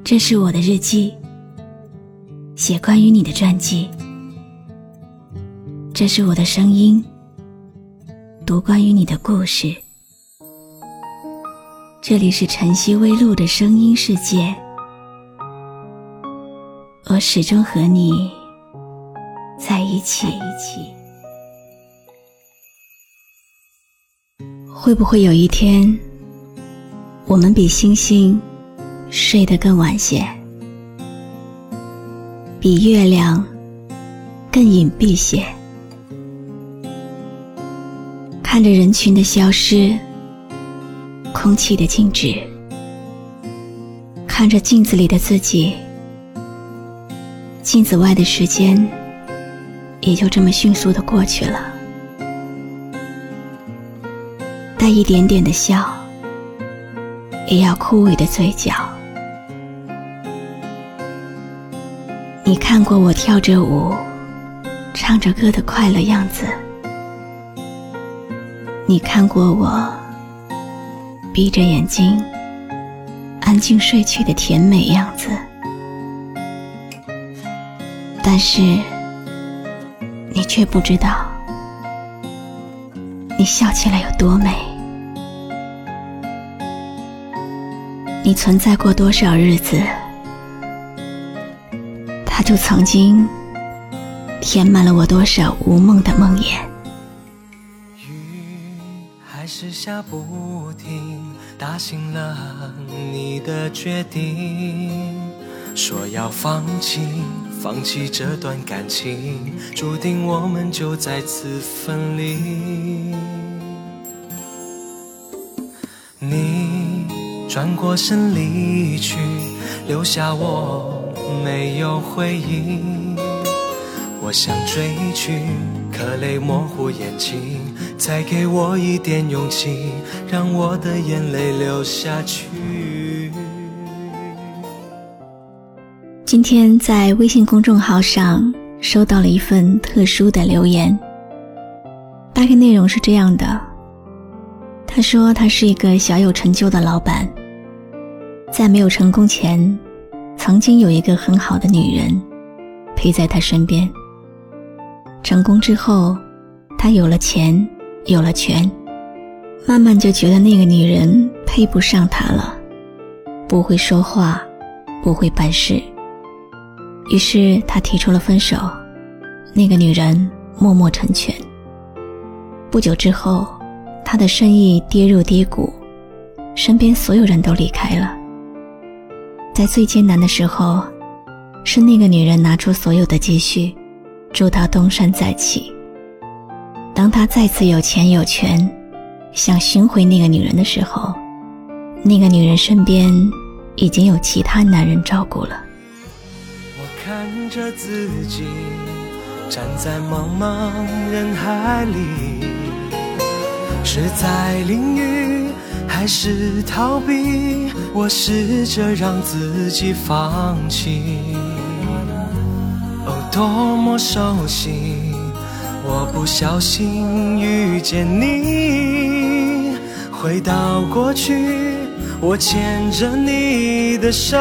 这是我的日记，写关于你的传记。这是我的声音，读关于你的故事。这里是晨曦微露的声音世界，我始终和你在一起。会不会有一天，我们比星星睡得更晚些，比月亮更隐蔽些，看着人群的消失，空气的静止，看着镜子里的自己，镜子外的时间也就这么迅速地过去了。带一点点的笑，也要枯萎的嘴角。你看过我跳着舞唱着歌的快乐样子，你看过我闭着眼睛安静睡去的甜美样子，但是你却不知道你笑起来有多美。你存在过多少日子，它就曾经填满了我多少无梦的梦魇。 雨还是下不停，打醒了你的决定，说要放弃这段感情，注定我们就再次分离。你转过身离去，留下我没有回应。我想追去，可泪模糊眼睛，再给我一点勇气，让我的眼泪流下去。 今天在微信公众号上收到了一份特殊的留言，大概内容是这样的。他说他是一个小有成就的老板，在没有成功前，曾经有一个很好的女人陪在他身边。成功之后，他有了钱，有了权，慢慢就觉得那个女人配不上他了，不会说话，不会办事。于是他提出了分手，那个女人默默成全。不久之后，他的生意跌入低谷，身边所有人都离开了。在最艰难的时候，是那个女人拿出所有的积蓄，助他东山再起。当他再次有钱有权，想寻回那个女人的时候，那个女人身边已经有其他男人照顾了。 我看着自己站在茫茫人海里，是在淋雨还是逃避？我试着让自己放弃。哦，多么熟悉，我不小心遇见你。回到过去，我牵着你的手，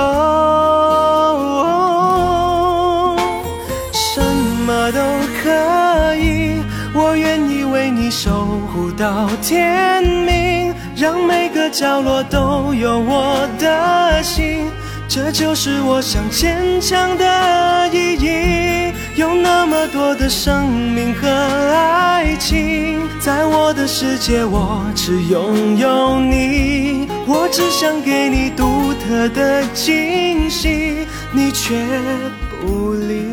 什么都可以，我愿意为你守护到天明，让每个角落都有我的心，这就是我想坚强的意义。有那么多的生命和爱情，在我的世界我只拥有你，我只想给你独特的惊喜，你却不理。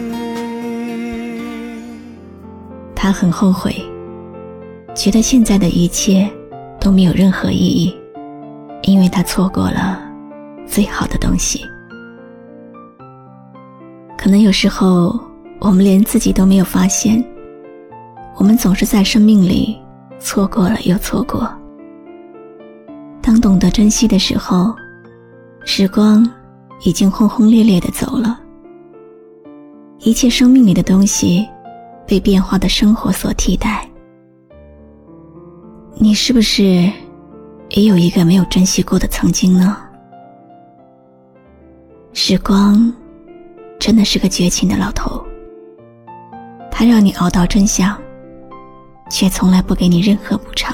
他很后悔，觉得现在的一切都没有任何意义，因为他错过了最好的东西。可能有时候我们连自己都没有发现，我们总是在生命里错过了又错过。当懂得珍惜的时候，时光已经轰轰烈烈地走了，一切生命里的东西被变化的生活所替代。你是不是也有一个没有珍惜过的曾经呢？ 时光真的是个绝情的老头，他让你熬到真相，却从来不给你任何补偿。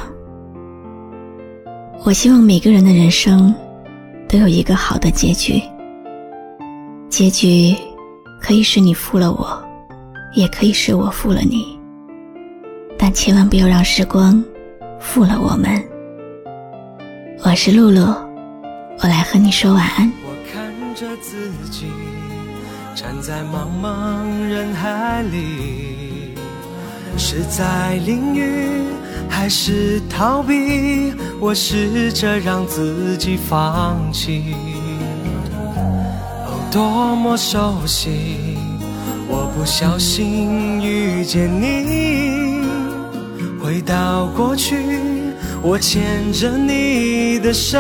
我希望每个人的人生都有一个好的结局，结局可以是你负了我，也可以是我负了你，但千万不要让时光负了我们。我是露露，我来和你说晚安。 我看着自己站在茫茫人海里，是在淋雨还是逃避？我试着让自己放弃。哦，多么熟悉，我不小心遇见你。回到过去，我牵着你的手，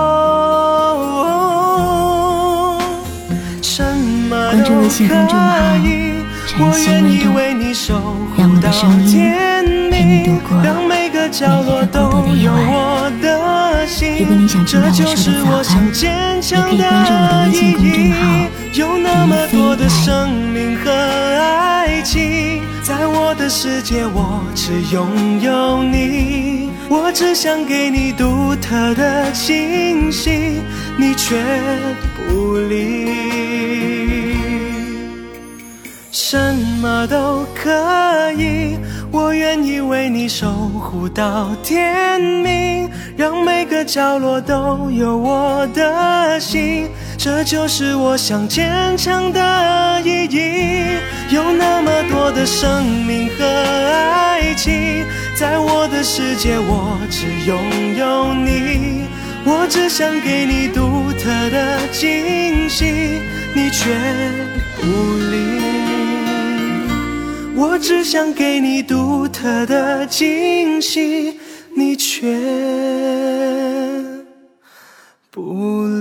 什么都可以，我愿意为你守护到天明，让每个角落都有我的心。这就是我想坚强的意义。有那么多的生命和爱情，在我的世界我只拥有你，我只想给你独特的惊喜，你却不理。什么都可以，我愿意为你守护到天明，让每个角落都有我的心，这就是我想坚强的意义。有那么多的生命和爱情，在我的世界我只拥有你，我只想给你独特的惊喜，你却不理。我只想给你独特的惊喜，你却不理。